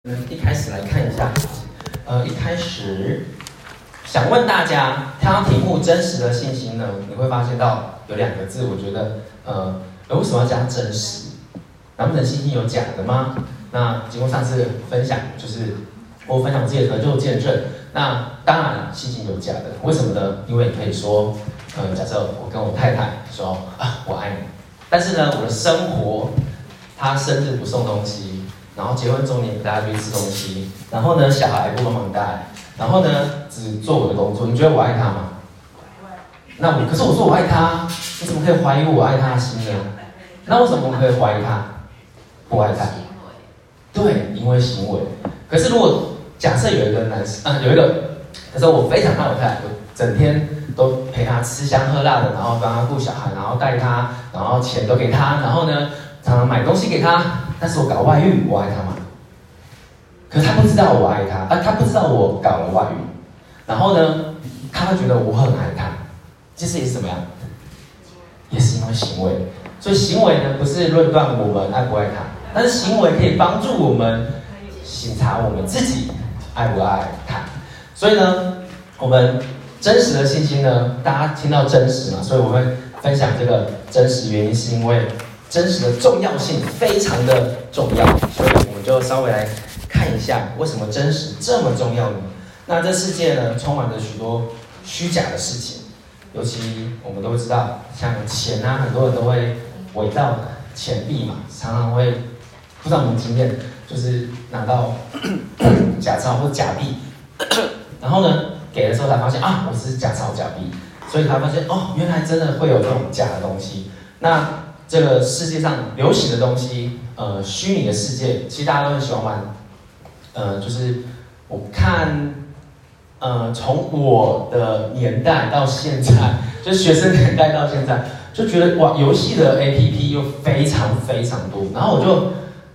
一开始来看一下，一开始想问大家，看到题目真实的信心呢，你会发现到有两个字，我觉得，为什么要加真实？难不成信心有假的吗？那经过上次分享，就是我分享我自己的得救见证，那当然信心有假的，为什么呢？因为你可以说，假设我跟我太太说我爱你，但是呢，我的生活，她生日不送东西。然后结婚周年不带他去吃东西，然后呢小孩不帮忙带，然后呢只做我的工作，你觉得我爱他吗？可是我说我爱他，你怎么可以怀疑我爱他的心呢？那为什么我可以怀疑他不爱他？对，因为行为。可是如果假设有一个男生，可是我非常爱我太太，我整天都陪他吃香喝辣的，然后帮他顾小孩，然后带他，然后钱都给他，然后呢常常买东西给他。但是我搞外遇，我爱他吗？可是他不知道我爱他，他不知道我搞了外遇，然后呢，他会觉得我很爱他，其实也是怎么样？也是因为行为。所以行为呢，不是论断我们爱不爱他，但是行为可以帮助我们省察我们自己爱不爱他。所以呢，我们真实的信心呢，大家听到真实嘛，所以我会分享这个真实原因，是因为真实的重要性非常的重要，所以我们就稍微来看一下为什么真实这么重要呢？那这世界呢，充满着许多虚假的事情，尤其我们都知道，像钱啊，很多人都会伪造钱币嘛，常常会不知道你们经验，就是拿到假钞或假币，然后呢给的时候才发现我是假钞假币，所以才发现原来真的会有这种假的东西。那这个世界上流行的东西，虚拟的世界，其实大家都很喜欢玩。就是我看，从我的年代到现在，就是学生年代到现在，就觉得哇，游戏的 APP 又非常非常多。然后我就，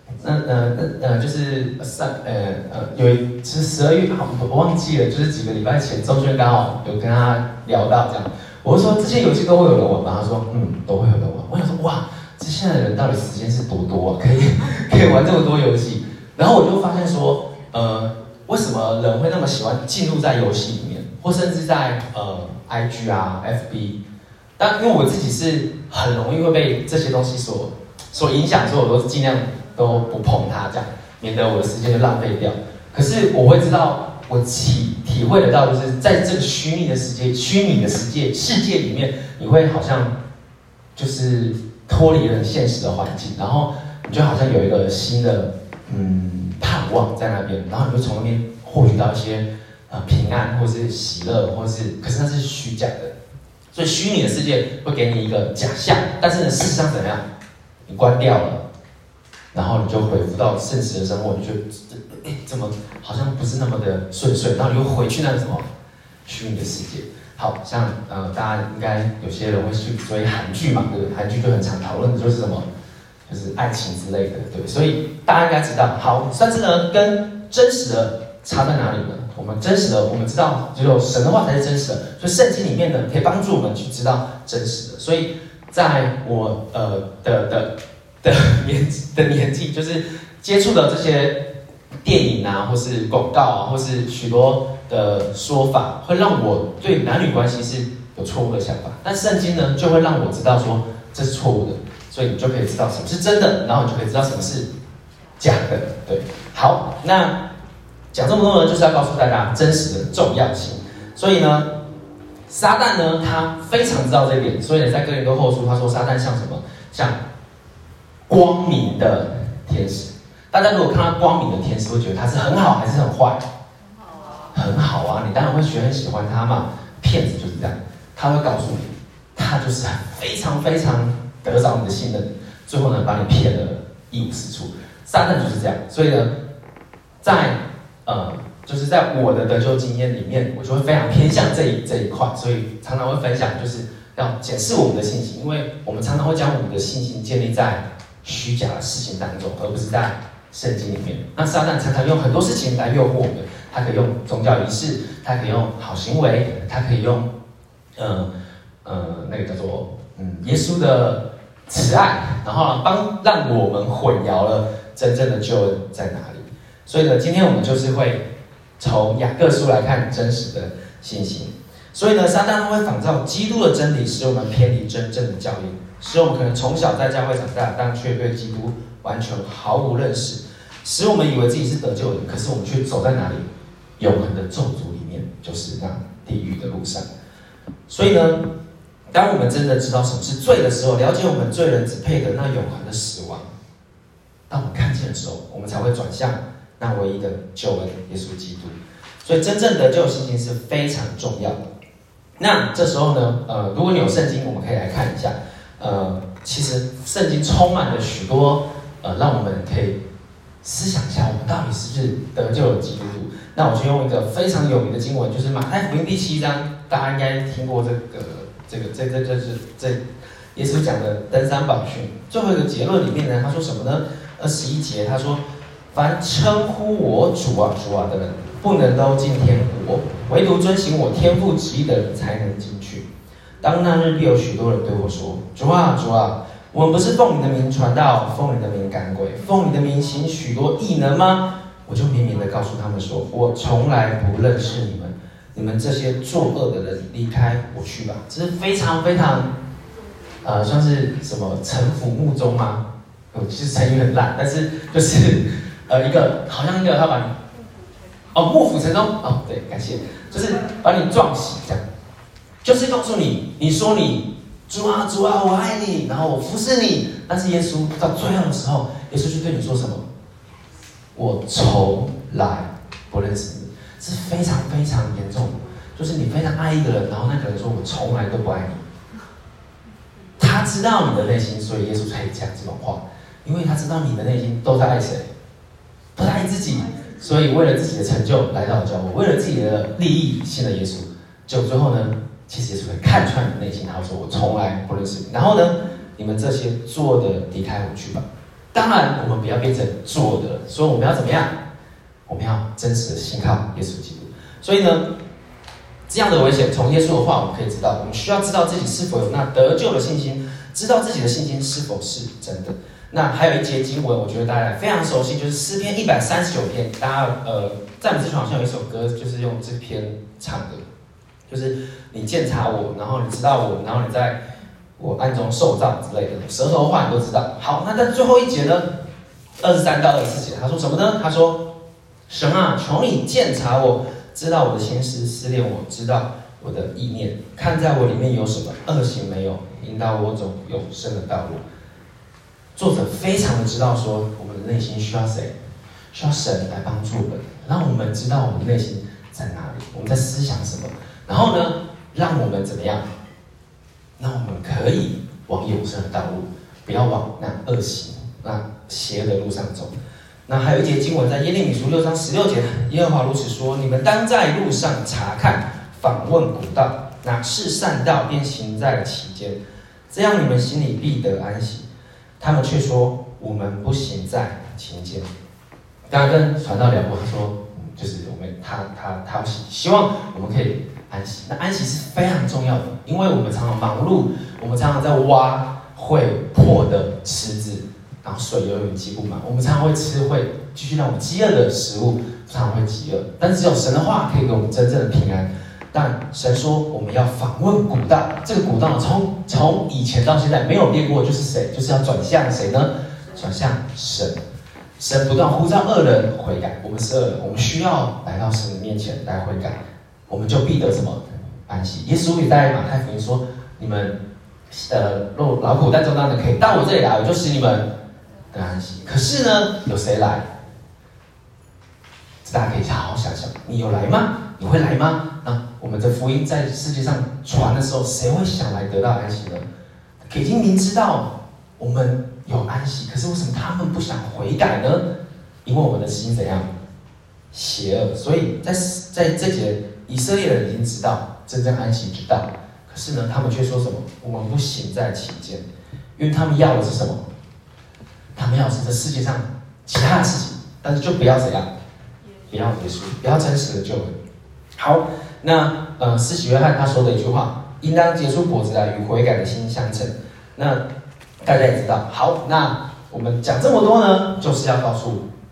就是有一次12月，我忘记了，就是几个礼拜前，周轩刚好有跟他聊到这样。我就说这些游戏都会有人玩吗？他说都会有人玩。我想说哇，这现在的人到底时间是多多啊？可以玩这么多游戏。然后我就发现说，为什么人会那么喜欢进入在游戏里面，或甚至在IG 啊、FB？但因为我自己是很容易会被这些东西所影响，所以我都尽量都不碰它，这样免得我的时间就浪费掉。可是我会知道。我体会得到，就是在这个虚拟的世界里面，你会好像就是脱离了现实的环境，然后你就好像有一个新的盼望在那边，然后你就从那边获取到一些平安或是喜乐，可是那是虚假的，所以虚拟的世界会给你一个假象，但是呢，事实上怎么样？你关掉了，然后你就恢复到现实的生活，你就怎么好像不是那么的顺遂，然后你又回去那个什么虚拟的世界。好像大家应该有些人会去追韩剧嘛，对不对？韩剧就很常讨论的就是什么，就是爱情之类的，对。所以大家应该知道，好，但是呢，跟真实的差在哪里呢？我们真实的，我们知道只有神的话才是真实的，所以圣经里面呢，可以帮助我们去知道真实的。所以在我的年纪，就是接触的这些电影啊，或是广告啊，或是许多的说法，会让我对男女关系是有错误的想法。但圣经呢，就会让我知道说这是错误的，所以你就可以知道什么是真的，然后你就可以知道什么是假的。对，好，那讲这么多呢，就是要告诉大家真实的重要性。所以呢，撒旦呢，他非常知道这一点，所以呢，在哥林多后书他说撒旦像什么？像光明的天使。大家如果看到光明的天使，会觉得他是很好还是很坏？很好啊，你当然会很喜欢他嘛。骗子就是这样，他会告诉你，他就是非常非常得着你的信任，最后呢把你骗得一无是处。撒旦就是这样，所以呢，就是在我的得救经验里面，我就会非常偏向这一块，所以常常会分享，就是要检视我们的信心，因为我们常常会将我们的信心建立在虚假的事情当中，而不是在圣经里面。那撒旦常常用很多事情来诱惑我们，他可以用宗教仪式，他可以用好行为，他可以用那个叫做耶稣的慈爱，然后让我们混淆了真正的救恩在哪里。 所以呢，今天我们就是会从雅各书来看真实的信心。所以呢，撒旦会仿照基督的真理，使我们偏离真正的教义，使我们可能从小在教会长大，但却对基督完全毫无认识，使我们以为自己是得救的，可是我们却走在哪里？永恒的咒诅里面，就是那地狱的路上。所以呢，当我们真的知道什么是罪的时候，了解我们罪人只配得那永恒的死亡，当我们看见的时候，我们才会转向那唯一的救恩耶稣基督。所以真正得救的信心是非常重要的。那这时候呢，如果你有圣经，我们可以来看一下。其实圣经充满了许多让我们可以思想一下，我们到底是不是得救的基督徒。那我就用一个非常有名的经文，就是马太福音第7章，大家应该听过这耶稣讲的登山宝训。最后一个结论里面呢，他说什么呢？21节他说：“凡称呼我主啊主啊的人，不能都进天国，唯独遵行我天父旨意的人才能进去。当那日，必有许多人对我说：主啊主啊，我们不是奉你的名传道，奉你的名赶鬼，奉你的名行许多异能吗？我就明明的告诉他们说，我从来不认识你们，你们这些作恶的人，离开我去吧。”这是非常非常算是什么城府目中吗？其实成语很烂，但是就是一个好像一个他把你幕府城中对，感谢，就是把你撞死这样，就是告诉你，你说你主啊主啊我爱你，然后我服侍你，但是耶稣到最后的时候，耶稣就对你说什么？我从来不认识你。这是非常非常严重的，就是你非常爱一个人，然后那个人说我从来都不爱你。他知道你的内心，所以耶稣才讲这种话，因为他知道你的内心都在爱谁？都在爱自己，所以为了自己的成就来到了教会，为了自己的利益信了耶稣。就最后呢，其实耶稣会看穿你的内心，他说我从来不认识你。然后呢，你们这些作的离开我去吧。当然，我们不要变成作的，所以我们要怎么样？我们要真实的信靠耶稣基督。所以呢，这样的危险，从耶稣的话我们可以知道，我们需要知道自己是否有那得救的信心，知道自己的信心是否是真的。那还有一节经文，我觉得大家非常熟悉，就是诗篇139篇。大家在我们之前好像有一首歌，就是用这篇唱的，就是你鉴察我，然后你知道我，然后你在我暗中受造之类的，舌头话你都知道。好，那在最后一节呢，23到24节，他说什么呢？他说：“神啊，求你鉴察我，知道我的心思，试炼我，知道我的意念，看在我里面有什么恶行没有，引导我走永生的道路。”作者非常的知道说，我们的内心需要谁？需要神来帮助我们，让我们知道我们的内心在哪里，我们在思想什么，然后呢，让我们怎么样？让我们可以往永生的道路，不要往那恶行、那邪恶的路上走。那还有一节经文在耶利米书6章16节，耶和华如此说：“你们当在路上查看，访问古道，哪是善道，便行在其间，这样你们心里必得安息。”他们却说：“我们不行在其间。”刚刚跟传道聊过，他说：“就是我们他希望我们可以安息。那安息是非常重要的，因为我们常常忙碌，我们常常在挖会破的池子，然后水永远积不满。我们常常会吃会继续让我们饥饿的食物，常常会饥饿。但是只有神的话可以给我们真正的平安。但神说我们要访问古道，这个古道从以前到现在没有变过，就是谁？就是要转向谁呢？转向神。神不断呼召恶人悔改，我们是恶人，我们需要来到神的面前来悔改，我们就必得什么？安息。耶稣也在马太福音说：“你们劳苦担重担的，可以到我这里来，我就使你们得安息。”可是呢，有谁来？大家可以好好想想，你有来吗？你会来吗？那我们的福音在世界上传的时候，谁会想来得到安息呢？已经明知道我们有安息，可是为什么他们不想悔改呢？因为我们的心怎样？邪恶。所以在这节，以色列人已经知道真正安息之道，可是呢，他们却说什么？我们不行在其间，因为他们要的是什么？他们要的是这世界上其他的事情，但是就不要怎样？不要耶稣，不要真实的救恩。好，那施洗约翰他说的一句话：“应当结出果子来，与悔改的心相称。”那大家也知道。好，那我们讲这么多呢，就是要告诉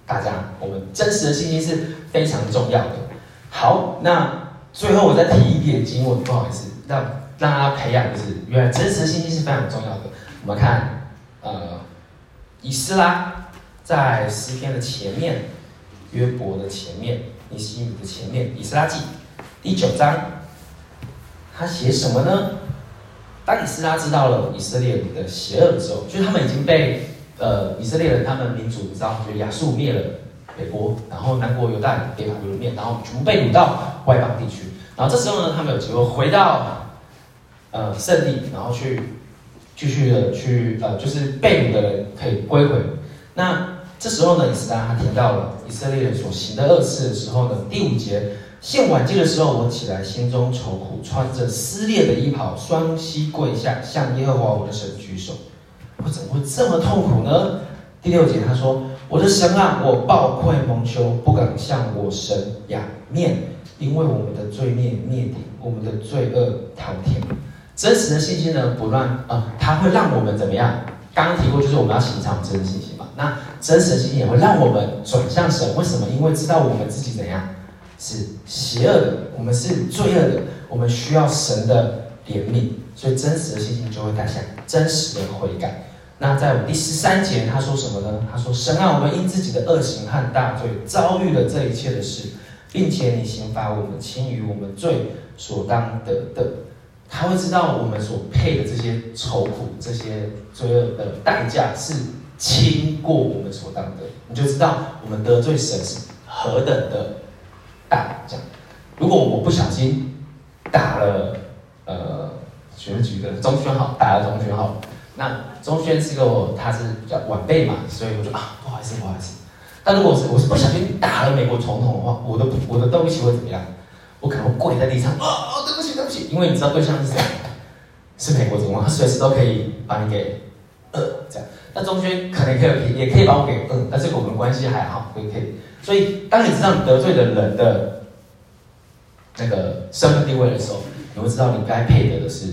大家，我们真实的信心是非常重要的。好，那最后我再提一点经文，不好意思，让大家培养，就是原来真实的信心是非常重要的。我们看，以斯拉在诗篇的前面，约伯的前面，尼希米的前面，以斯拉记第9章，他写什么呢？当以斯拉知道了以色列人的邪恶的时候，就是他们已经被以色列人他们民族，你知道，就亚述灭了北国，然后南国犹大被巴比伦灭，然后全部被掳到外邦地区。然后这时候呢，他们有机会回到圣地，然后继续的去就是被掳的人可以归回。那这时候呢，以斯拉他听到了以色列人所行的恶事的时候呢，第5节。献晚祭的时候，我起来，心中愁苦，穿着撕裂的衣袍，双膝跪下，向耶和华我的神举手。我怎么会这么痛苦呢？第6节他说：“我的神啊，我抱愧蒙羞，不敢向我神仰面，因为我们的罪孽灭顶，我们的罪恶滔天。”真实的信心呢，不乱它会让我们怎么样？刚刚提过，就是我们要寻找真实的信心嘛。那真实的信心也会让我们转向神。为什么？因为知道我们自己怎样？是邪恶的，我们是罪恶的，我们需要神的怜悯，所以真实的信心就会带向真实的悔改。那在我们第13节，他说什么呢？他说：“神啊，我们因自己的恶行和大罪，遭遇了这一切的事，并且你刑罚我们，轻于我们罪所当得的。”他会知道我们所配的这些愁苦、这些罪恶的代价是轻过我们所当得，你就知道我们得罪神是何等的。这样，如果我不小心打了学局的钟轩好，打了钟轩好，那钟轩是他是比较晚辈嘛，所以我就不好意思。但如果我是不小心打了美国总统的话，我的对不起会怎么样？我可能会跪在地上，对不起，因为你知道对象是谁？是美国总统，他随时都可以把你给这样。那钟轩可能也可以把我给但这个我们关系还好，可以。所以，当你知道你得罪的人的那个身份地位的时候，你会知道你该配得的是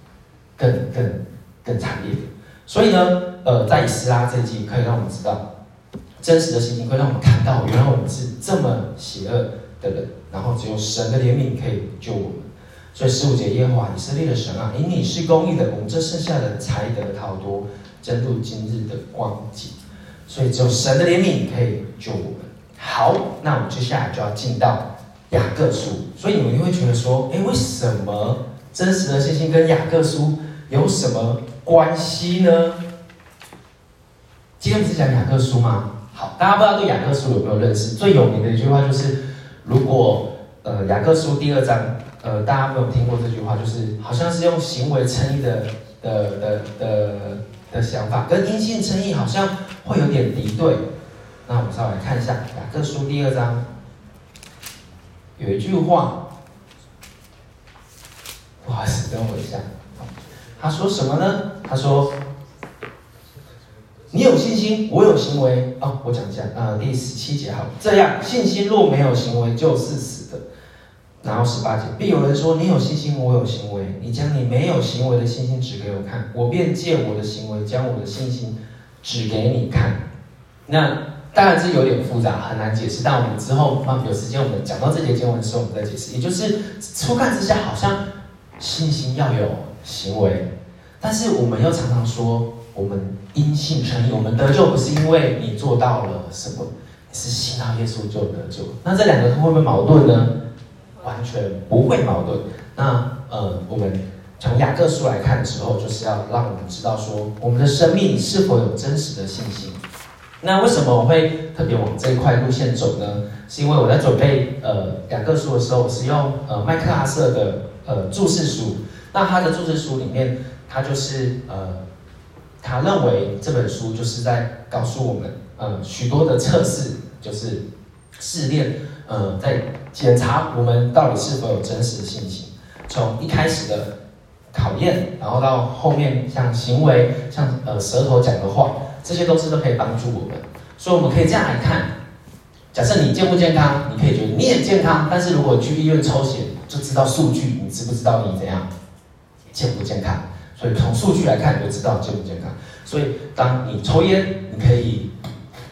更惨烈的。所以呢，在以斯拉这一季可以让我们知道，真实的信心会让我们看到，原来我们是这么邪恶的人，然后只有神的怜悯可以救我们。所以15节，耶和华以色列的神啊，因你是公义的，我们这剩下的才得逃脱，真入今日的光景。所以只有神的怜悯可以救我们。好，那我们接下来就要进到雅各书。所以你们会觉得说，为什么真实的信心跟雅各书有什么关系呢？今天不是讲雅各书吗？好，大家不知道对雅各书有没有认识？最有名的一句话就是，如果雅各书第2章，大家没有听过这句话，就是好像是用行为称义的想法，跟因信称义好像会有点敌对。那我们稍微来看一下雅各书第2章，有一句话，不好意思，等我一下。他说什么呢？他说：“你有信心，我有行为。”我讲一下，第17节好，这样信心若没有行为，就是死的。然后18节，必有人说：“你有信心，我有行为。你将你没有行为的信心指给我看，我便借我的行为将我的信心指给你看。”那当然这有点复杂，很难解释。但我们之后有时间，我们讲到这节经文的时候，我们再解释。也就是初看之下，好像信心要有行为，但是我们又常常说，我们因信称义，我们得救不是因为你做到了什么，你是信到耶稣就得救。那这两个会不会矛盾呢？完全不会矛盾。那我们从雅各书来看的时候，就是要让我们知道说，我们的生命是否有真实的信心。那为什么我会特别往这一块路线走呢？是因为我在准备雅各书的时候，我是用麦克阿瑟的注释书。那他的注释书里面，他就是他认为这本书就是在告诉我们许多的测试，就是试炼，在检查我们到底是否有真实的信心。从一开始的考验，然后到后面像行为，像舌头讲的话。这些都可以帮助我们，所以我们可以这样来看：假设你健不健康，你可以觉得你也健康，但是如果去医院抽血，就知道数据，你知不知道你怎样健不健康？所以从数据来看，你就知道健不健康。所以当你抽烟，你可以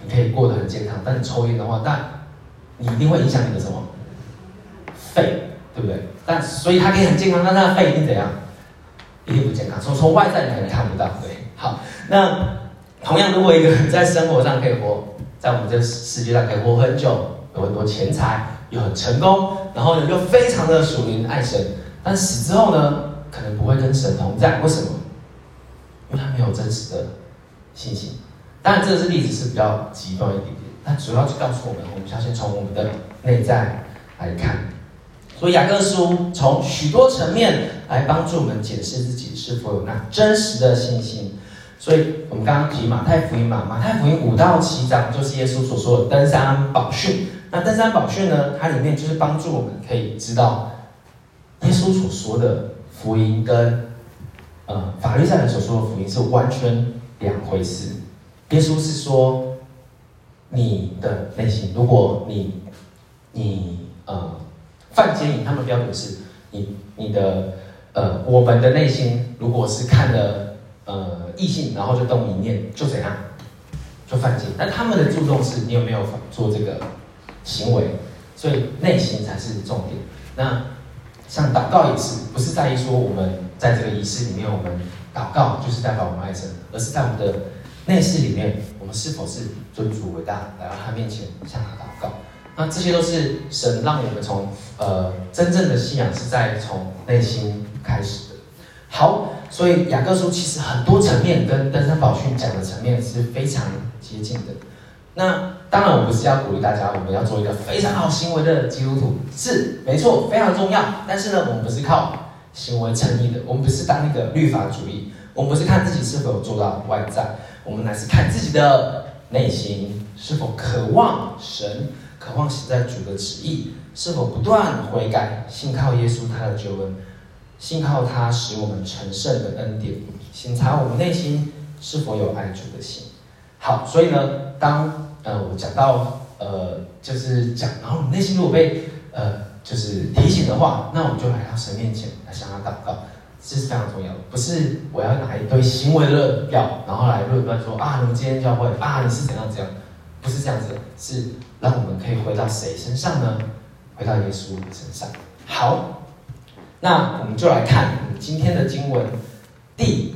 你可以过得很健康，但你抽烟的话，但你一定会影响你的什么肺，对不对？但所以它可以很健康，但它的肺一定怎样？一定不健康。从外在你可能看不到，对。好，那同样，如果一个人在生活上可以活，在我们这世界上可以活很久，有很多钱财，又很成功，然后呢又非常的属灵爱神，但死之后呢，可能不会跟神同在，为什么？因为他没有真实的信心。当然，这个例子是比较极端一点点，但主要就告诉我们，我们要先从我们的内在来看。所以雅各书从许多层面来帮助我们检视自己是否有那真实的信心。所以我们刚刚提马太福音嘛，马太福音5到7章就是耶稣所说的登山宝训。那登山宝训呢，它里面就是帮助我们可以知道耶稣所说的福音跟法利赛人所说的福音是完全两回事。耶稣是说，你的内心，如果你犯奸淫，他们标准是你的我们的内心，如果是看了异性，然后就动一念，就怎样，就犯奸。但他们的注重是你有没有做这个行为，所以内心才是重点。那像祷告也是，不是在于说我们在这个仪式里面，我们祷告就是代表我们爱神，而是在我们的内室里面，我们是否是尊主为大，来到他面前向他祷告。那这些都是神让我们从真正的信仰是在从内心开始的。好，所以雅各书其实很多层面跟登山宝训讲的层面是非常接近的。那当然，我不是要鼓励大家我们要做一个非常好行为的基督徒，是没错，非常重要。但是呢，我们不是靠行为称义的，我们不是当一个律法主义，我们不是看自己是否有做到外在，我们乃是看自己的内心是否渴望神，渴望行在主的旨意，是否不断悔改，信靠耶稣他的救恩，信靠他使我们成圣的恩典，省察我们内心是否有爱主的心。好，所以呢，当我讲到就是讲，然后我们内心如果被就是提醒的话，那我们就来到神面前来向他祷告，这是非常重要的。不是我要拿一堆行为论调，然后来论断说啊，你们今天教会啊，你是怎样怎样，不是这样子，是让我们可以回到谁身上呢？回到耶稣身上。好，那我们就来看今天的经文第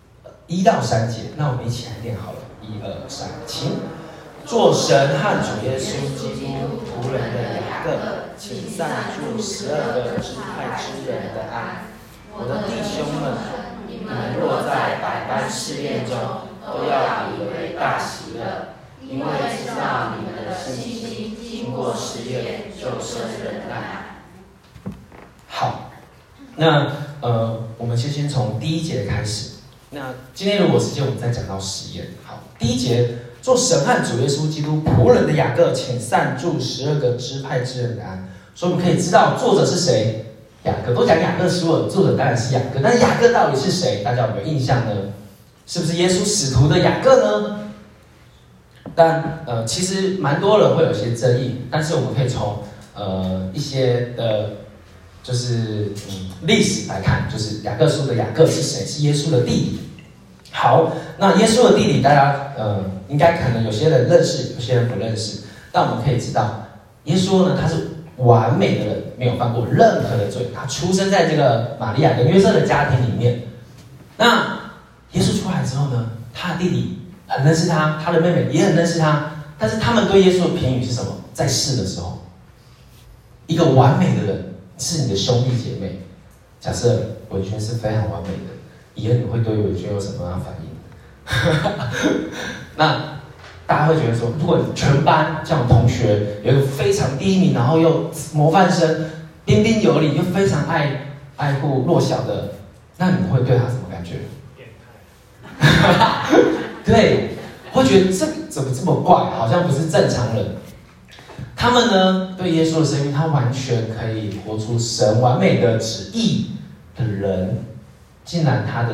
1到3节，那我们一起来念好了，1、2、3，请。做神和主耶稣基督仆人的雅各，请散住12个支派之人的安。我的弟兄们，你们若在百般试炼中，都要以为大喜乐，因为知道你们的信心经过试验，就生忍耐。好，那我们先从第1节开始。那今天如果时间，我们再讲到实验。好，第1节。做神和主耶稣基督仆人的雅各，请散住12个支派之人的安。所以我们可以知道作者是谁，雅各。都讲雅各书了，作者当然是雅各。但是雅各到底是谁？大家有没有印象呢？是不是耶稣使徒的雅各呢？但其实蛮多人会有些争议。但是我们可以从一些的，就是历史来看，就是雅各书的雅各是谁？是耶稣的弟弟。好，那耶稣的弟弟，大家应该可能有些人认识，有些人不认识。但我们可以知道，耶稣呢，他是完美的人，没有犯过任何的罪。他出生在这个玛利亚跟约瑟的家庭里面。那耶稣出来之后呢，他的弟弟很认识他，他的妹妹也很认识他。但是他们对耶稣的评语是什么？在世的时候，一个完美的人是你的兄弟姐妹。假设文轩是非常完美的。以后你会对文轩有什么样的反应？那大家会觉得说，如果你全班像我同学有一个非常第一名，然后又模范生，彬彬有礼，又非常爱护弱小的，那你会对他什么感觉？变态。对，会觉得这怎么这么怪，好像不是正常人。他们呢，对耶稣的生命，他完全可以活出神完美的旨意的人。竟然他的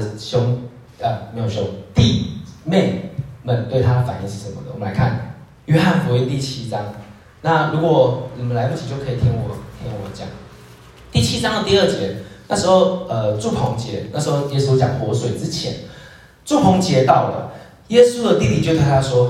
弟妹们对他的反应是什么的？我们来看约翰福音第7章。那如果你们来不及，就可以听我讲。第7章的第2节，那时候祝棚节，那时候耶稣讲活水之前，祝棚节到了，耶稣的弟弟就对他说：“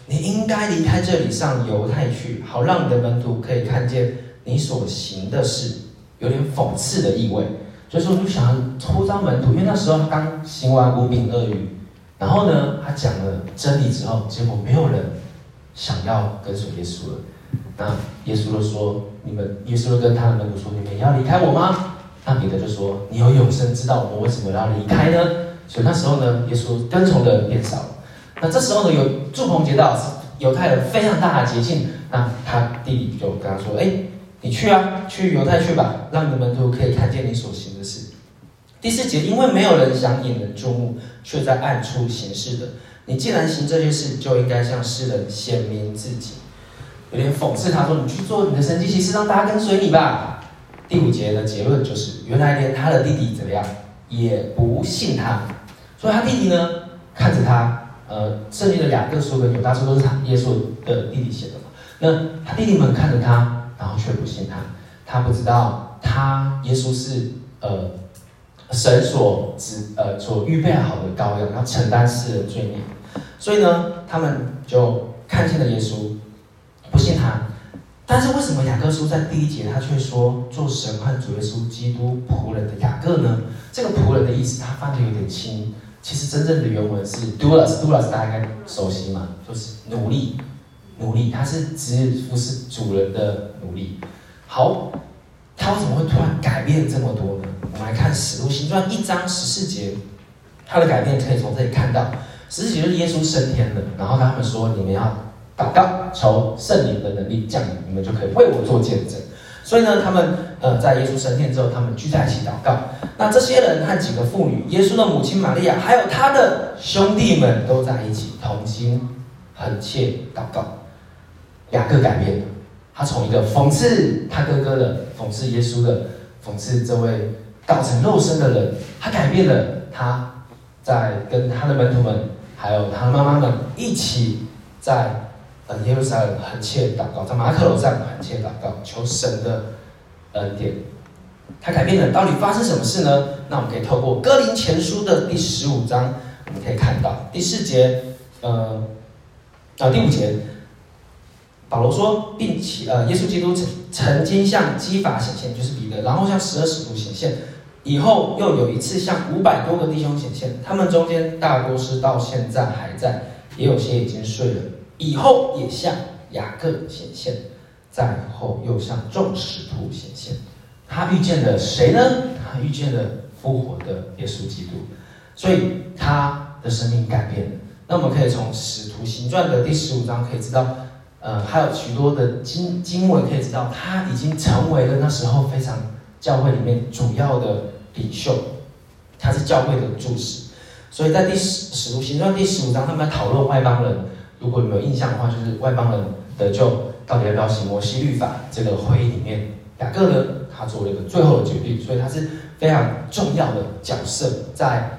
你应该离开这里上犹太去，好让你的门徒可以看见你所行的事。有点讽刺的意味，所以说我就想要呼召门徒，因为那时候他刚行完5饼2鱼，然后呢，他讲了真理之后，结果没有人想要跟随耶稣了。那耶稣就说：“耶稣就跟他的门徒说：你们也要离开我吗？”那彼得就说：“你有永生之道，我为什么要离开呢？”所以那时候呢，耶稣跟从的人变少了。那这时候呢，有祝棚节到是犹太人非常大的节庆，那他弟弟就跟他说：“你去啊，去犹太去吧，让你的门徒可以看见你所行的事。”第4节，因为没有人想引人注目，却在暗处行事的，你既然行这些事，就应该向世人显明自己。有点讽刺，他说：“你去做你的神迹奇事，让大家跟随你吧。”第5节的结论就是，原来连他的弟弟怎么样，也不信他。所以他弟弟呢，看着他，圣经的雅各书跟犹大书都是耶稣的弟弟写的嘛。那他弟弟们看着他，然后却不信他，他不知道耶稣是神所预备好的羔羊，要承担世人罪孽。所以呢，他们就看见了耶稣，不信他。但是为什么雅各书在第1节他却说做神和主耶稣基督仆人的雅各呢？这个仆人的意思他翻得有点轻，其实真正的原文是 doulos， 大家应该熟悉嘛，就是奴隶，他是指服侍主人的奴隶。好，他为什么会突然改变这么多呢？我们来看《使徒行传》1章14节，他的改变可以从这里看到。14节就是耶稣升天了，然后他们说：“你们要祷告，求圣灵的能力降临，你们就可以为我做见证。”所以呢，他们在耶稣升天之后，他们聚在一起祷告。那这些人和几个妇女，耶稣的母亲玛利亚，还有他的兄弟们都在一起，同心恳切祷告。雅各改变了，他从一个讽刺他哥哥的、讽刺耶稣的、讽刺这位道成肉身的人，他改变了，他在跟他的门徒们还有他的妈妈们一起在耶路撒冷恳切祷告，在马可楼上恳切祷告，求神的恩典。他改变了，到底发生什么事呢？那我们可以透过哥林前书的第15章，我们可以看到第4节，第5节，保罗说，并且耶稣基督曾经向基法显现，就是彼得，然后向12使徒显现，以后又有一次向500多个弟兄显现，他们中间大多是到现在还在，也有些已经睡了。以后也向雅各显现，再后又向众使徒显现。他遇见了谁呢？他遇见了复活的耶稣基督，所以他的生命改变了。那我们可以从使徒行传的第15章可以知道，还有许多的经文可以知道，他已经成为了那时候非常教会里面主要的领袖，他是教会的柱石。所以在使徒行传第15章，他们在讨论外邦人。如果你们有印象的话，就是外邦人得救到底要不要行摩西律法这个会议里面，雅各呢，他做了一个最后的决定，所以他是非常重要的角色，在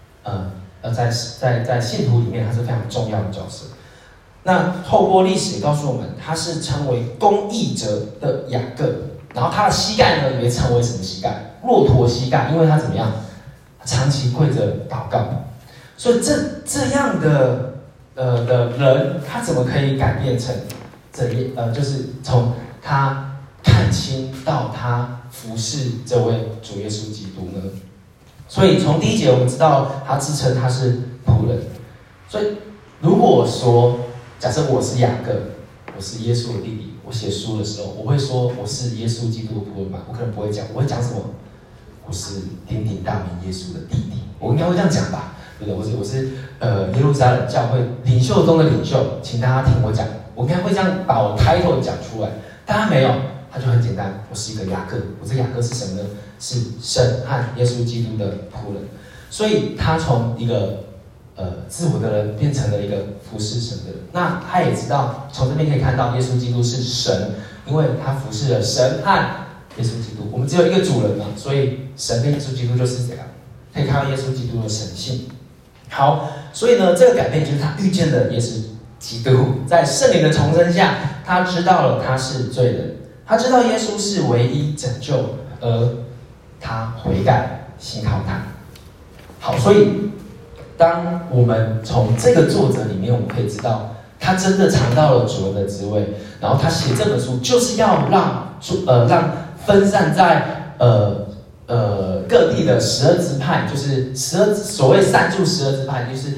信徒里面他是非常重要的角色。那透过历史告诉我们，他是称为公义者的雅各，然后他的膝盖呢也称为什么膝盖？骆驼膝盖，因为他怎么样？长期跪着祷告，所以这样的人，他怎么可以改变成就是从他看清到他服侍这位主耶稣基督呢？所以从第1节我们知道他自称他是仆人。所以如果说假设我是雅各，我是耶稣的弟弟，我写书的时候，我会说我是耶稣基督的仆人吗？我可能不会讲，我会讲什么？我是鼎鼎大名耶稣的弟弟，我应该会这样讲吧？对不对？我是耶路撒冷教会领袖中的领袖，请大家听我讲，我应该会这样把我开头讲出来。大家没有，他就很简单，我是一个雅各。我这雅各是什么呢？是神和耶稣基督的仆人。所以他从一个自我的人变成了一个服侍神的人。那他也知道，从这边可以看到耶稣基督是神，因为他服侍了神和耶稣基督。我们只有一个主人嘛，所以神跟耶稣基督就是这样，可以看到耶稣基督的神性。好，所以呢，这个改变就是他遇见了耶稣基督，在圣灵的重生下，他知道了他是罪人，他知道耶稣是唯一拯救，而他悔改，信靠他。好，所以当我们从这个作者里面，我们可以知道， 他真的尝到了主恩的滋味，然后他写这本书就是要让分散在各地的12支派，就是所谓散住12支派，就是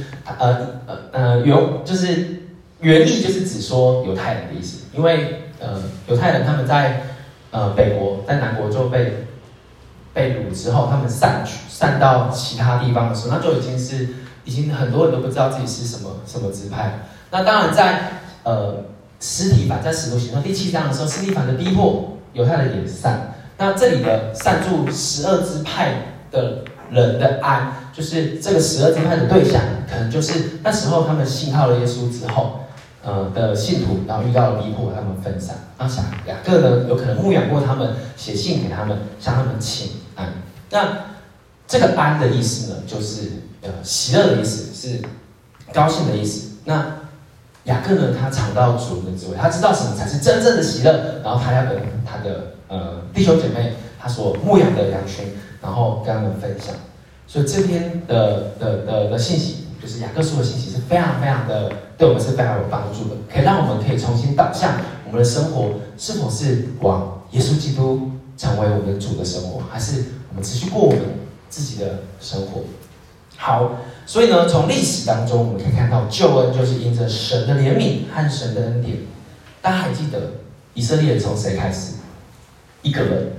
就是原意就是指说犹太人的意思，因为犹太人他们在北国在南国就被掳之后，他们散到其他地方的时候，那就已经很多人都不知道自己是什么支派。那当然在司提反在使徒行传第7章的时候，司提反的逼迫犹太人也散。那这里的散住12支派的人的安，就是这个12支派的对象，可能就是那时候他们信靠了耶稣之后，的信徒，然后遇到了逼迫，他们分散。那雅各呢，有可能牧养过他们，写信给他们，向他们请安。那这个安的意思呢，就是喜乐的意思，是高兴的意思。那雅各呢，他尝到主的滋味，他知道什么才是真正的喜乐，然后他要跟他的弟兄姐妹，他所牧养的羊群，然后跟他们分享。所以这篇的信息，就是雅各书的信息，是非常非常的，对我们是非常有帮助的，可以让我们可以重新导向我们的生活，是否是往耶稣基督成为我们主的生活，还是我们持续过我们自己的生活。好，所以呢，从历史当中我们可以看到，救恩就是因着神的怜悯和神的恩典。大家还记得以色列人从谁开始？一个人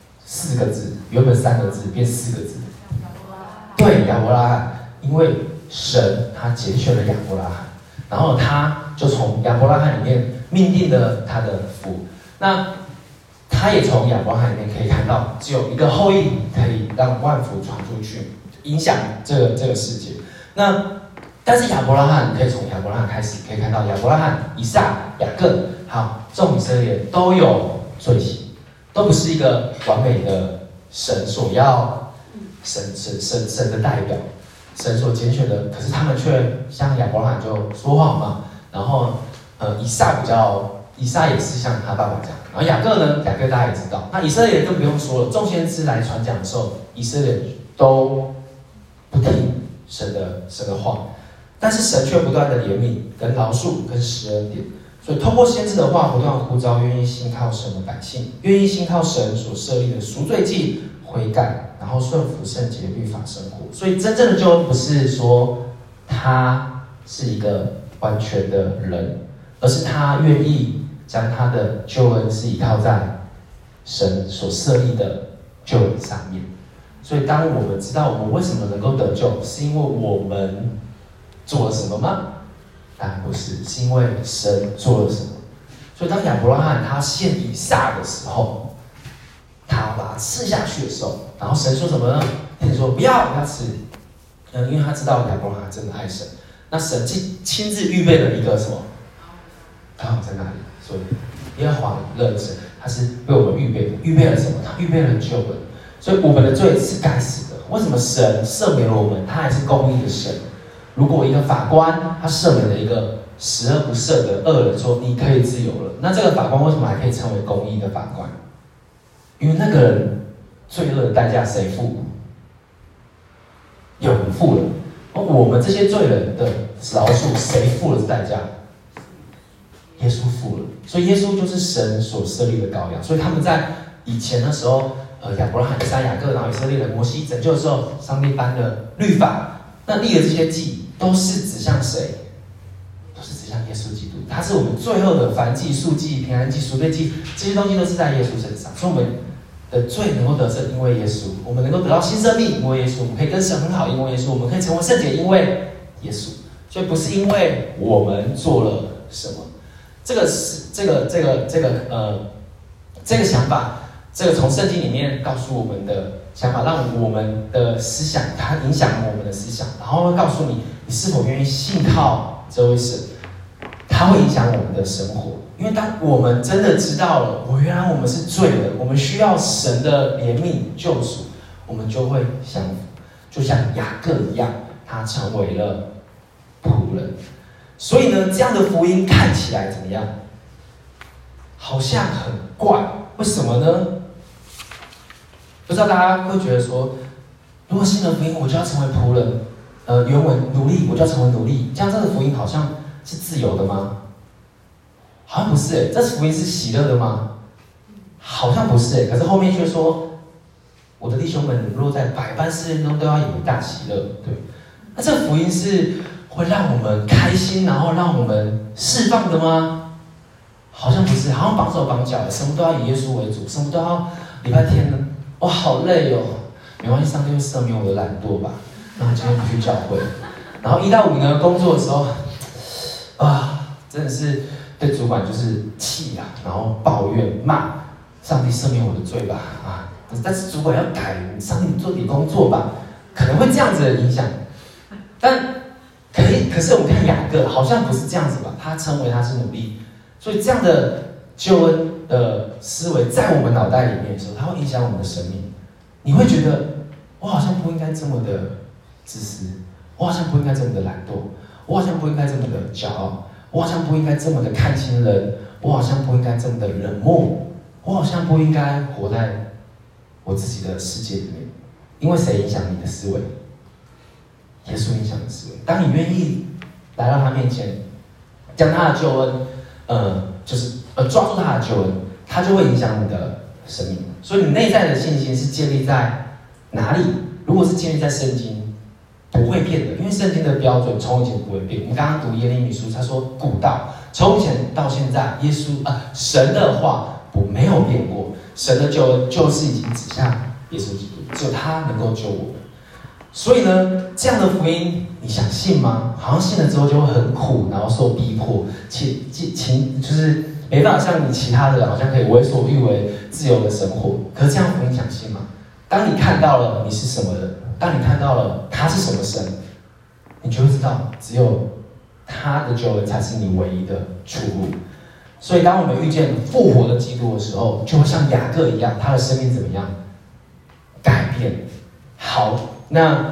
，4个字，原本3个字变4个字。对，亚伯拉罕，因为神他拣选了亚伯拉罕，然后他就从亚伯拉罕里面命定了他的福。那他也从亚伯拉罕里面可以看到，只有一个后裔可以让万福传出去，影响这个世界。但是亚伯拉罕可以从亚伯拉罕开始，可以看到亚伯拉罕、以撒、雅各，好，众以色列都有罪行，都不是一个完美的神所要神的代表，神所拣选的。可是他们却像亚伯拉罕就说谎嘛，然后以撒也是像他爸爸这样，然后雅各呢，雅各大家也知道，那以色列更不用说了，众先知来传讲的时候，以色列都不听神的话，但是神却不断的怜悯、跟饶恕、跟施恩典。所以透过先知的话，不断呼召愿意信靠神的百姓，愿意信靠神所设立的赎罪祭悔改，然后顺服圣洁律法生活。所以真正的救恩不是说他是一个完全的人，而是他愿意将他的救恩是依靠在神所设立的救恩上面。所以当我们知道我们为什么能够得救，是因为我们做了什么吗？当然不是，是因为神做了什么。所以当亚伯拉罕他献以撒的时候，他把它吃下去的时候，然后神说什么呢？神说不要吃，因为他知道亚伯拉罕真的爱神。那神亲自预备了一个什么？刚好在那里。所以耶和华乐的神，他是为我们预备的，预备了什么？他预备了救恩。所以我们的罪是该死的，为什么神赦免了我们？他还是公义的神。如果一个法官他赦免了一个十恶不赦的恶人，说你可以自由了，那这个法官为什么还可以成为公义的法官？因为那个人罪恶的代价谁付？有人付了。而我们这些罪人的饶恕，谁付了这代价？耶稣付了。所以耶稣就是神所设立的羔羊。所以他们在以前的时候，亚伯拉罕、以撒、雅各，然后以色列人摩西拯救的时候，上帝颁了律法，那立的这些祭都是指向谁？都是指向耶稣基督。他是我们最后的燔祭、素祭、平安祭、赎罪祭，这些东西都是在耶稣身上。所以我们的罪能够得赦，因为耶稣；我们能够得到新生命，因为耶稣；我们可以跟神很好，因为耶稣；我们可以成为圣洁，因为耶稣。所以不是因为我们做了什么。这个想法，这个从圣经里面告诉我们的想法，让我们的思想，它影响我们的思想，然后会告诉你，你是否愿意信靠这位神，它会影响我们的生活。因为当我们真的知道了，原来我们是罪人，我们需要神的怜悯救赎，我们就会降服，就像雅各一样，他成为了仆人。所以呢，这样的福音看起来怎么样？好像很怪，为什么呢？不知道大家会觉得说，如果信了福音，我就要成为仆人，原文奴隶，我就要成为奴隶，这样这个福音好像是自由的吗？好像不是哎。这福音是喜乐的吗？好像不是哎。可是后面却说，我的弟兄们，若在百般试炼中都要以为大喜乐。对，那这福音是会让我们开心，然后让我们释放的吗？好像不是，好像绑手绑脚的，什么都要以耶稣为主，什么都要礼拜天呢，哇，好累哦。没关系，上帝会赦免我的懒惰吧。然后今天不去教会，然后1到5呢，工作的时候，真的是对主管就是气啊，然后抱怨骂，上帝赦免我的罪吧但是主管要改，上帝做点工作吧，可能会这样子的影响。但可是我们看雅各，好像不是这样子吧？他称为他是努力，所以这样的救恩的思维在我们脑袋里面的时候，它会影响我们的生命。你会觉得，我好像不应该这么的自私，我好像不应该这么的懒惰，我好像不应该这么的骄傲，我好像不应该这么的看清人，我好像不应该这么的冷漠，我好像不应该活在我自己的世界里面。因为谁影响你的思维？耶稣影响的思维。当你愿意来到他面前，将他的救恩，抓住他的救恩，他就会影响你的生命。所以你内在的信心是建立在哪里？如果是建立在圣经，不会变的，因为圣经的标准从以前不会变。我们刚刚读耶利米书，他说古道，从以前到现在，神的话没有变过，神的救恩就是已经指向耶稣基督，只有他能够救我们。所以呢，这样的福音你想信吗？好像信了之后就会很苦，然后受逼迫，就是没办法像你其他的人好像可以为所欲为、自由的生活。可是这样福音想信吗？当你看到了你是什么人，当你看到了他是什么神，你就会知道，只有他的救恩才是你唯一的出路。所以，当我们遇见复活的基督的时候，就会像雅各一样，他的生命怎么样改变？好，那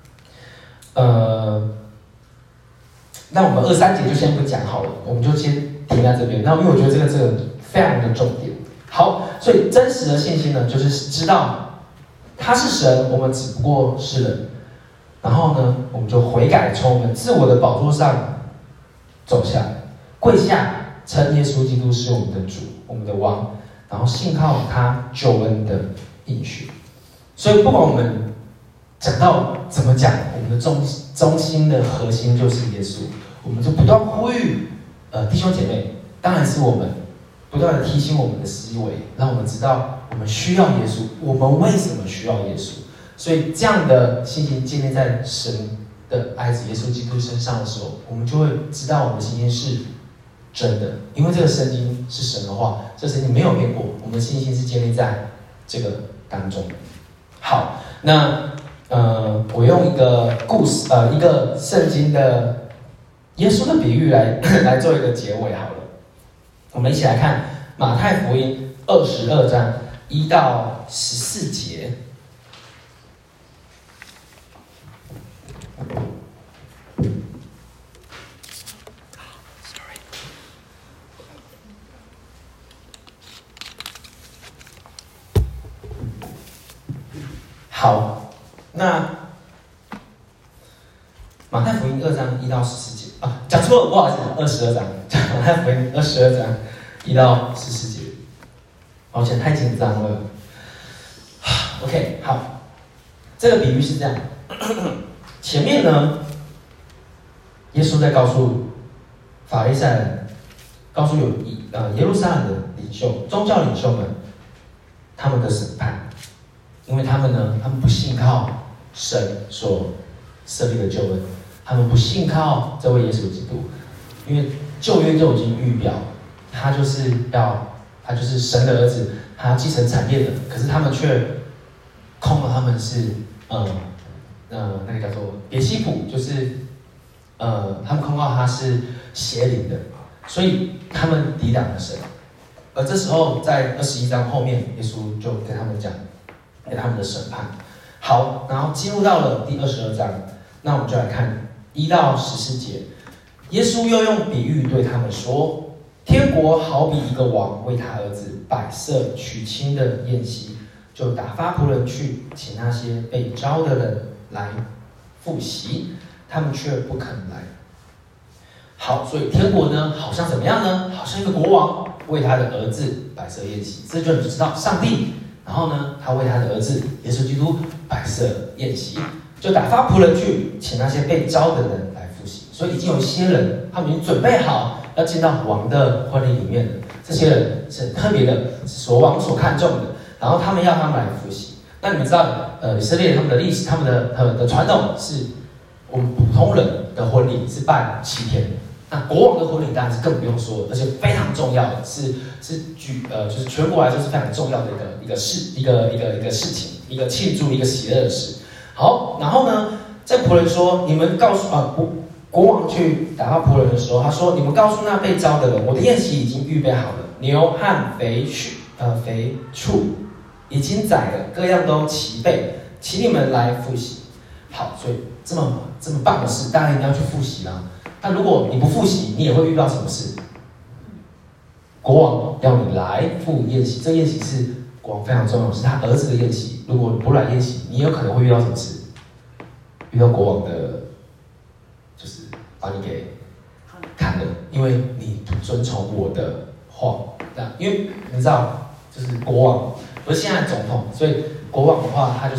我们2、3节就先不讲好了，我们就先停在这边。那因为我觉得这个非常的重点。好，所以真实的信心呢，就是知道他是神，我们只不过是人。然后呢，我们就悔改，从我们自我的宝座上走下来，跪下，称耶稣基督是我们的主，我们的王，然后信靠他救恩的应许。所以，不管我们讲到怎么讲，我们的中心的核心就是耶稣。我们就不断呼吁弟兄姐妹，当然是我们不断的提醒我们的思维，让我们知道我们需要耶稣，我们为什么需要耶稣。所以这样的信心建立在神的爱子耶稣基督身上的时候，我们就会知道我们的信心是真的，因为这个圣经是神的话，这圣经没有变过，我们的信心是建立在这个当中。好，那我用一个故事，一个圣经的耶稣的比喻来做一个结尾好了。我们一起来看马太福音22章1到14节。好，那马太福音2章1到14节讲错了，不好意思，22章，马太福音22章1到14节，抱歉，太紧张了。OK， 好，这个比喻是这样，前面呢，耶稣在告诉法利赛人，告诉耶路撒冷的宗教领袖们，他们的审判。因为他们不信靠神所设立的救恩，他们不信靠这位耶稣基督，因为旧约就已经预表，他就是神的儿子，他要继承产业的，可是他们却控告他们是那个叫做别西卜，就是他们控告他是邪灵的，所以他们抵挡了神。而这时候在21章后面，耶稣就跟他们讲。给他们的审判。好，然后进入到了第22章，那我们就来看1到14节。耶稣又用比喻对他们说：天国好比一个王为他儿子摆设娶亲的宴席，就打发仆人去请那些被招的人来赴席，他们却不肯来。 好，所以天国呢，好像怎么样呢？好像一个国王为他的儿子摆设宴席，这就你知道上帝。然后呢，他为他的儿子耶稣基督摆设宴席，就打发仆人去请那些被招的人来赴席。所以已经有一些人，他们已经准备好要进到王的婚礼里面了。这些人是很特别的，是王所看重的。然后他们要他们来赴席。那你们知道，以色列他们的历史，他们的传统是，我们普通人的婚礼是办7天。那国王的婚礼当然是更不用说，而且非常重要的就是全国来说是非常重要的一个事情，一个庆祝，一个喜乐的事。好，然后呢，在仆人说，你们告诉国王去打发仆人的时候，他说：“你们告诉那被招的人，我的宴席已经预备好了，牛和肥畜已经宰了，各样都齐备，请你们来赴席。”好，所以这么棒的事，大家一定要去赴席啦。那如果你不赴席，你也会遇到什么事？国王要你来赴宴席，这宴席是国王非常重要的，是他儿子的宴席。如果你不来宴席，你有可能会遇到什么事？遇到国王的，就是把你给砍了，因为你不遵从我的话。因为你知道，就是国王不是现在的总统，所以国王的话，他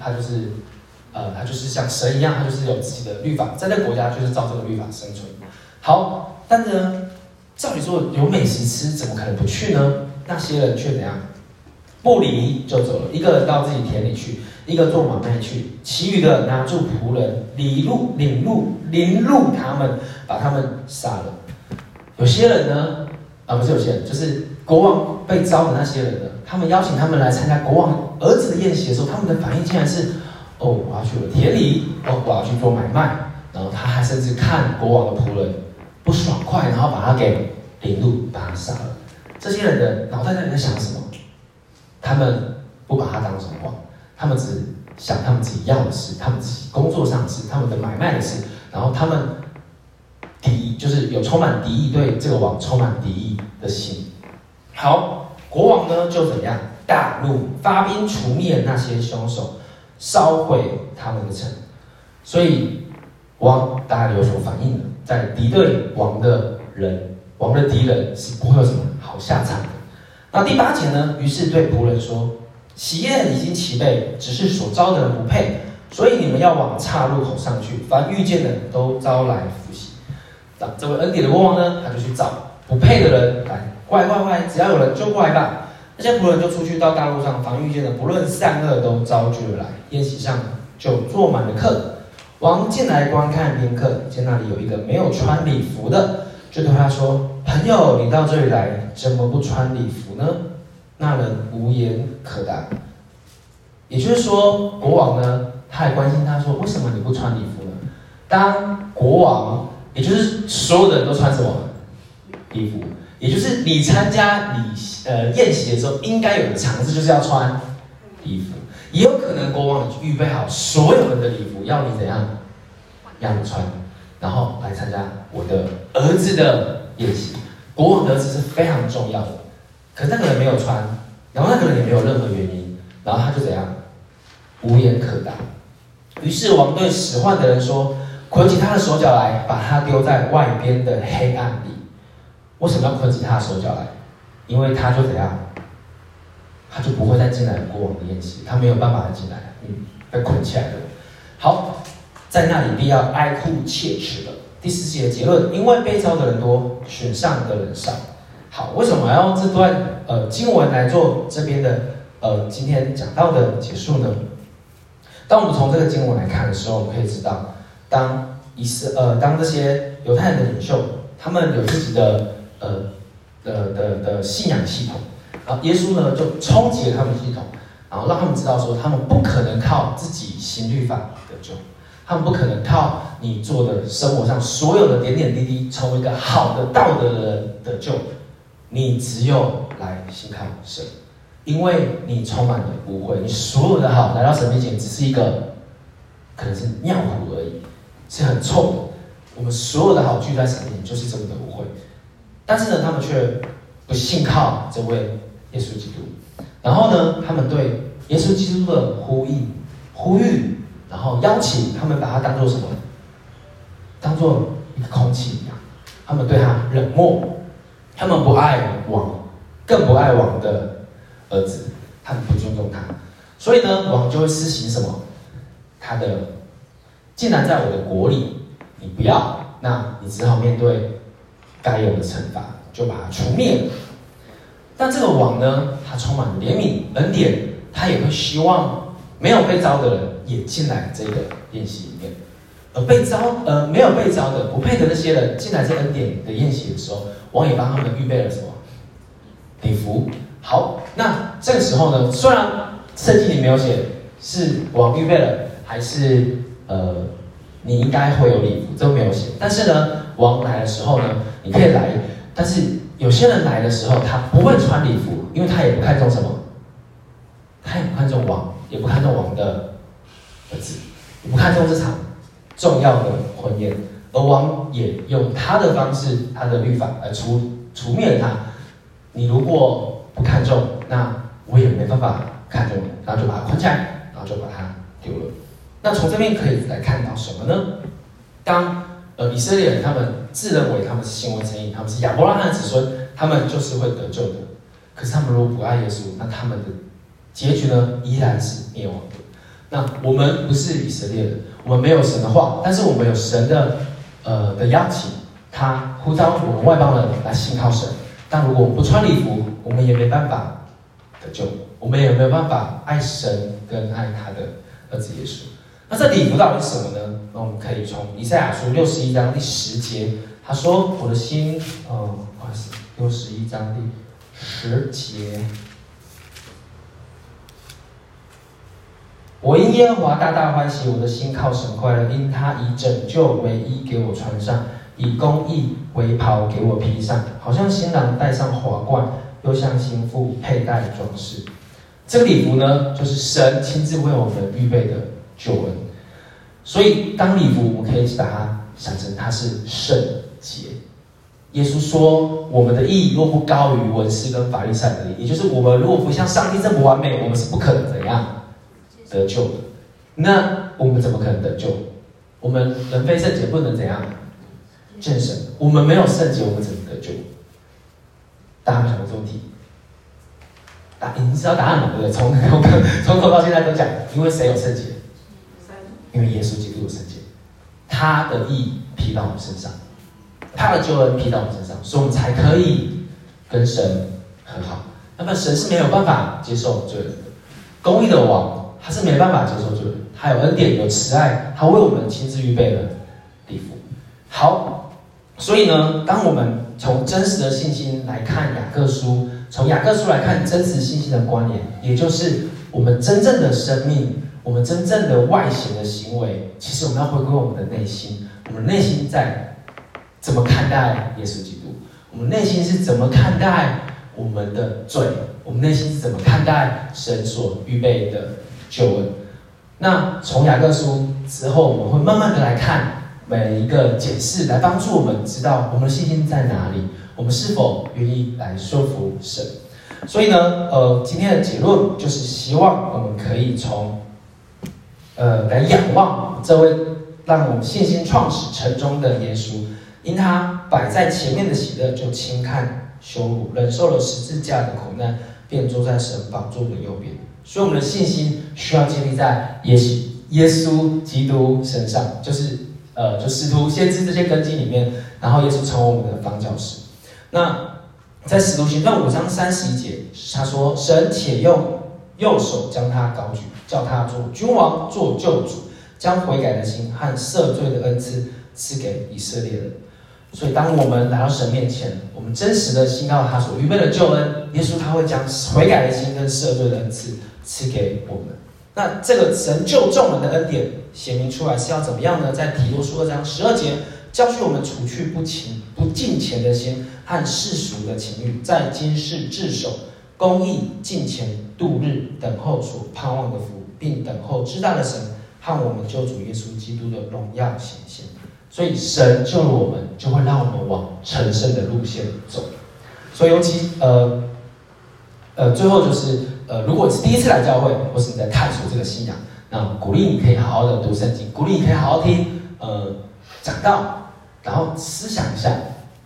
就是像神一样，他就是有自己的律法，在这个国家就是照这个律法生存。好，但呢，照理说有美食吃，怎么可能不去呢？那些人却怎样？不理就走了，一个人到自己田里去，一个做买卖去，其余的拿住仆人，领路他们，把他们杀了。有些人呢，不是有些人，就是国王被招的那些人呢，他们邀请他们来参加国王儿子的宴席的时候，他们的反应竟然是：哦，我要去我田里，我要去做买卖。然后他还甚至看国王的仆人不爽快，然后把他给领路，把他杀了。这些人的脑袋里在想什么？他们不把他当成王，他们只想他们自己要的事，他们自己工作上的事，他们的买卖的事，然后他们就是有充满敌意，对这个王充满敌意的心。好，国王呢就怎样？大怒，发兵除灭那些凶手，烧毁他们的城。所以王大概有所反应了，在敌对王的敌人是不会有什么好下场的。那第8节呢？于是对仆人说：“喜宴已经齐备，只是所招的人不配，所以你们要往岔路口上去，凡遇见的都招来赴席。”那这位恩典的国王呢，他就去找不配的人来，快，只要有人就过来吧。那些仆人就出去到大路上，凡遇见的不论善恶都招聚了来，宴席上就坐满了客。王进来观看宾客，见那里有一个没有穿礼服的，就对他说：“朋友，你到这里来，怎么不穿礼服呢？”那人无言可答。也就是说，国王呢，他还关心他说：“为什么你不穿礼服呢？”当国王，也就是所有的人都穿什么礼服？也就是你参加宴席的时候，应该有的常识就是要穿礼服。也有可能国王预备好所有人的礼服，要你怎样？让你穿，然后来参加我的儿子的宴席。国王的儿子是非常重要的，可是那个人没有穿，然后那个人也没有任何原因，然后他就怎样？无言可答。于是王对使唤的人说：“捆起他的手脚来，把他丢在外边的黑暗里。”为什么要捆起他的手脚来？因为他就怎样？他就不会再进来国王的宴席，他没有办法再进来，被捆起来了。好，在那里必要哀哭切齿了。第4节的结论：因为被召的人多，选上的人少。好，为什么要用这段经文来做这边的今天讲到的结束呢？当我们从这个经文来看的时候，我们可以知道，当这些犹太人的领袖，他们有自己的信仰系统。然后耶稣呢，就冲击了他们的系统，然后让他们知道说，他们不可能靠自己行律法得救，他们不可能靠你做的生活上所有的点点滴滴，成为一个好的道德的人得救。你只有来信靠神，因为你充满了污秽，你所有的好来到神面前，只是一个可能是尿壶而已，是很臭的。我们所有的好聚在神面前，就是这么的污秽。但是呢，他们却不信靠这位耶稣基督，然后呢，他们对耶稣基督的呼吁，然后邀请他们把它当作什么？当作一个空气一样， 他们对他冷漠，他们不爱王，更不爱王的儿子，他们不尊重他。所以呢，王就会施行什么？他的既然在我的国里，你不要，那你只好面对该有的惩罚，就把他除灭了。但这个王呢，他充满怜悯恩典，他也会希望没有被招的人也进来这个宴席里面，而没有被招的不配的那些人进来这恩典的宴席的时候，王也帮他们预备了什么？礼服。好，那这个时候呢，虽然圣经里没有写是王预备了，还是你应该会有礼服，这都没有写。但是呢，王来的时候呢，你可以来，但是有些人来的时候，他不会穿礼服，因为他也不看重什么，他也不看重王，也不看重王的儿子，也不看重这场重要的婚宴，而王也用他的方式、他的律法来除灭了他。你如果不看重，那我也没办法看重你，然后就把他捆起来，然后就把他丢了。那从这边可以来看到什么呢？当以色列人他们自认为他们是行为称义，他们是亚伯拉罕的子孙，他们就是会得救的。可是他们如果不爱耶稣，那他们的结局呢，依然是灭亡的。那我们不是以色列人，我们没有神的话，但是我们有神的邀请，他呼召我们外邦人来信靠神。但如果我们不穿礼服，我们也没办法得救，我们也没有办法爱神跟爱他的儿子耶稣。那这礼服到底是什么呢？那我们可以从以赛亚书61章第10节，他说：“我的心，不好意思，61章第10节，我因耶和华大大欢喜，我的心靠神快乐，因他以拯救为衣给我穿上，以公义为袍给我披上，好像新郎戴上华冠，又像新妇佩戴装饰。”这个礼服呢，就是神亲自为我们预备的救恩。所以当礼服，我们可以把它想成它是圣洁。耶稣说，我们的义若不高于文士跟法利赛的义，也就是我们如果不像上帝这么完美，我们是不可能怎样得救的。那我们怎么可能得救？我们人非圣洁，不能怎样见神。我们没有圣洁，我们怎么得救？大家有想过这个问题？你知道答案吗？对不对？从头到现在都讲，因为谁有圣洁？因为耶稣基督有圣洁，他的义披到我们身上，他的救恩披到我们身上，所以我们才可以跟神和好。那么神是没有办法接受罪人的，公义的王他是没办法接受罪人，他有恩典有慈爱，他为我们亲自预备了礼服。好，所以呢，当我们从真实的信心来看雅各书，从雅各书来看真实信心的关联，也就是我们真正的生命，我们真正的外显的行为，其实我们要回归我们的内心。我们内心在怎么看待耶稣基督？我们内心是怎么看待我们的罪？我们内心是怎么看待神所预备的救恩？那从雅各书之后，我们会慢慢的来看每一个解释，来帮助我们知道我们的信心在哪里，我们是否愿意来说服神。所以呢，今天的结论就是希望我们可以从来仰望这位让我们信心创始成终的耶稣，因他摆在前面的喜乐，就轻看羞辱，忍受了十字架的苦难，便坐在神宝座的右边。所以我们的信心需要建立在耶稣基督身上，就使徒先知这些根基里面，然后耶稣成为我们的房角石。那在使徒行传5章31节，他说：“神且用右手将他高举，叫他做君王，做救主，将悔改的心和赦罪的恩赐赐给以色列人。”所以当我们来到神面前，我们真实的信靠他所预备的救恩，耶稣他会将悔改的心跟赦罪的恩赐赐给我们。那这个神救众人的恩典显明出来是要怎么样呢？在提多书2章12节，教训我们除去不敬虔的心和世俗的情欲，在今世自守公义，敬虔度日，等候所盼望的福，并等候至大的神和我们救主耶稣基督的荣耀显现。所以神救了我们，就会让我们往成圣的路线走。所以尤其最后就是如果你是第一次来教会，或是你在探索这个信仰，那鼓励你可以好好的读圣经，鼓励你可以好好听讲道，然后思想一下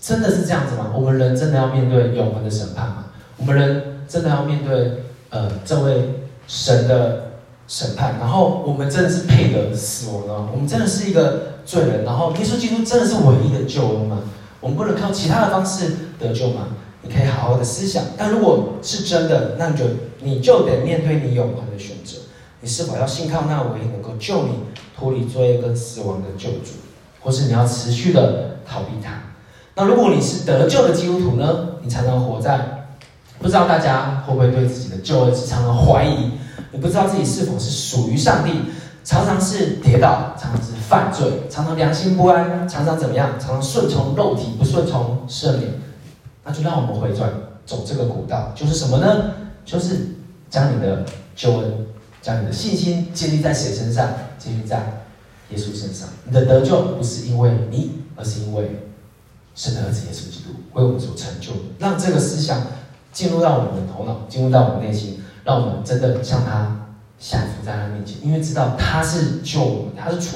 真的是这样子吗？我们人真的要面对永恒的审判吗？我们人真的要面对这位神的审判？然后我们真的是配得死亡吗？我们真的是一个罪人？然后耶稣基督真的是唯一的救恩吗？我们不能靠其他的方式得救吗？你可以好好的思想。但如果是真的，那你就得面对你永恒的选择。你是否要信靠那唯一能够救你脱离罪恶跟死亡的救主，或是你要持续的逃避他？那如果你是得救的基督徒呢？你常常活在不知道大家会不会对自己的救恩是常常怀疑，你不知道自己是否是属于上帝，常常是跌倒，常常是犯罪，常常良心不安，常常怎么样？常常顺从肉体，不顺从圣灵。那就让我们回转，走这个古道，就是什么呢？就是将你的救恩，将你的信心建立在谁身上？建立在耶稣身上。你的得救不是因为你，而是因为神的儿子耶稣基督为我们所成就的。让这个思想进入到我们的头脑，进入到我们内心，让我们真的向他降服在他面前，因为知道他是救我们，他是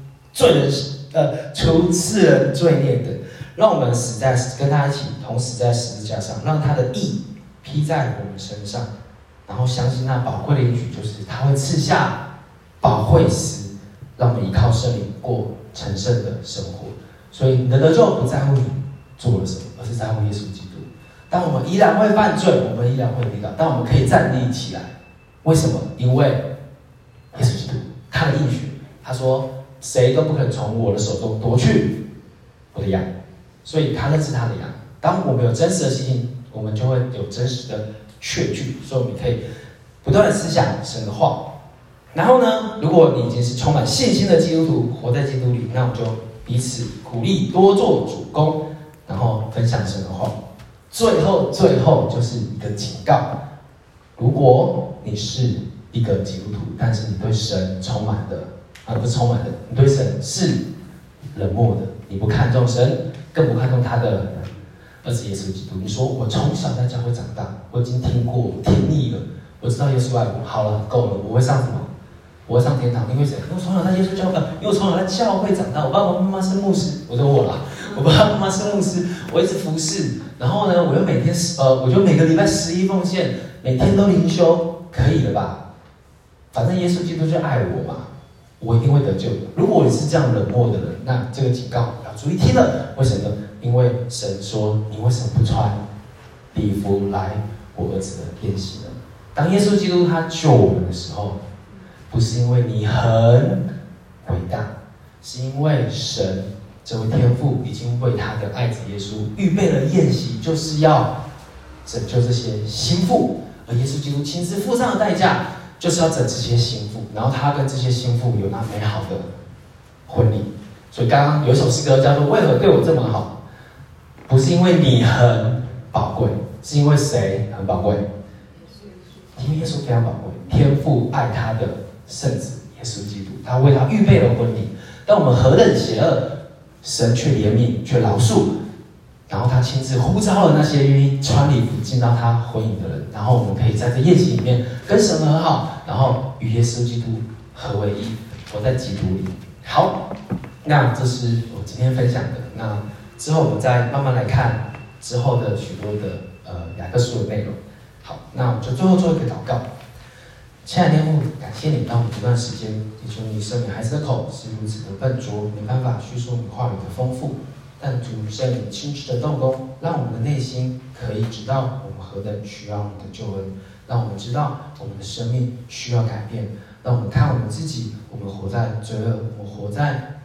除世人罪孽的，让我们跟他一起同死在十字架上，让他的义披在我们身上，然后相信那宝贵的应许，就是他会赐下保惠师，让我们依靠圣灵过成圣的生活。所以你的得救不在乎你做了什么，而是在乎耶稣基督。当我们依然会犯罪，我们依然会跌倒，但我们可以站立起来。为什么？因为耶稣基督他的应许，他说谁都不肯从我的手中夺去我的羊，所以他认识他的羊。当我们有真实的信心，我们就会有真实的确据，所以我们可以不断的思想神的话。然后呢，如果你已经是充满信心的基督徒，活在基督里，那我们就彼此鼓励，多做主工，然后分享神的话。最后就是一个警告：如果你是一个基督徒，但是你对神充满的不是充满的，你对神是冷漠的，你不看重神，更不看重他的儿子耶稣基督。你说我从小在教会长大，我已经听过，我听腻了，我知道耶稣爱我，好了，够了，我会上什么？我会上天堂，因为谁？因为我从小在耶稣教会，因为我从小在教会长大，我爸爸妈妈是牧师，我啦，我爸爸妈妈是牧师，我一直服侍，然后呢，我就每个礼拜11奉献，每天都灵修，可以了吧？反正耶稣基督就爱我嘛，我一定会得救的。如果你是这样冷漠的人，那这个警告要注意听了。为什么呢？因为神说，你为什么不穿礼服来我儿子的宴席呢？当耶稣基督他救我们的时候，不是因为你很伟大，是因为神这位天父已经为他的爱子耶稣预备了宴席，就是要拯救这些心腹，而耶稣基督亲自付上的代价，就是要拯这些心腹，然后他跟这些心腹有那美好的婚礼。所以刚刚有一首诗歌叫做《为何对我这么好》，不是因为你很宝贵，是因为谁很宝贵？因为耶稣非常宝贵，天父爱他的圣子耶稣基督，他为他预备了婚礼。但我们何等邪恶，神却怜悯，却饶恕，然后他亲自呼召了那些愿意穿礼服进到他婚姻的人，然后我们可以在这宴席里面跟神和好，然后与耶稣基督合为一，活在基督里。好，那这是我今天分享的。那之后我们再慢慢来看之后的许多的雅各书的内容。好，那我们就最后做一个祷告。亲爱的天父，感谢你让我们这段时间，也求你赦免孩子的口是如此的笨拙，没办法叙述你话语的丰富。但主圣灵亲自的动工，让我们的内心可以知道我们何等需要你的救恩，让我们知道我们的生命需要改变，让我们看我们自己，我们活在罪恶，我们活在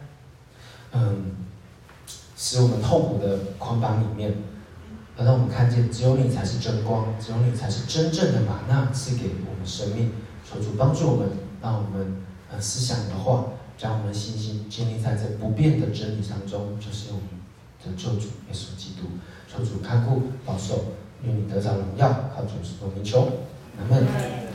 使我们痛苦的捆绑里面，而让我们看见只有你才是真光，只有你才是真正的玛纳赐给我们生命。求主帮助我们，让我们思想你的话，将我们的信心建立在这不变的真理当中，就是我们的救主耶稣基督。求主看顾保守，愿你得着荣耀，靠主是我名求，阿们。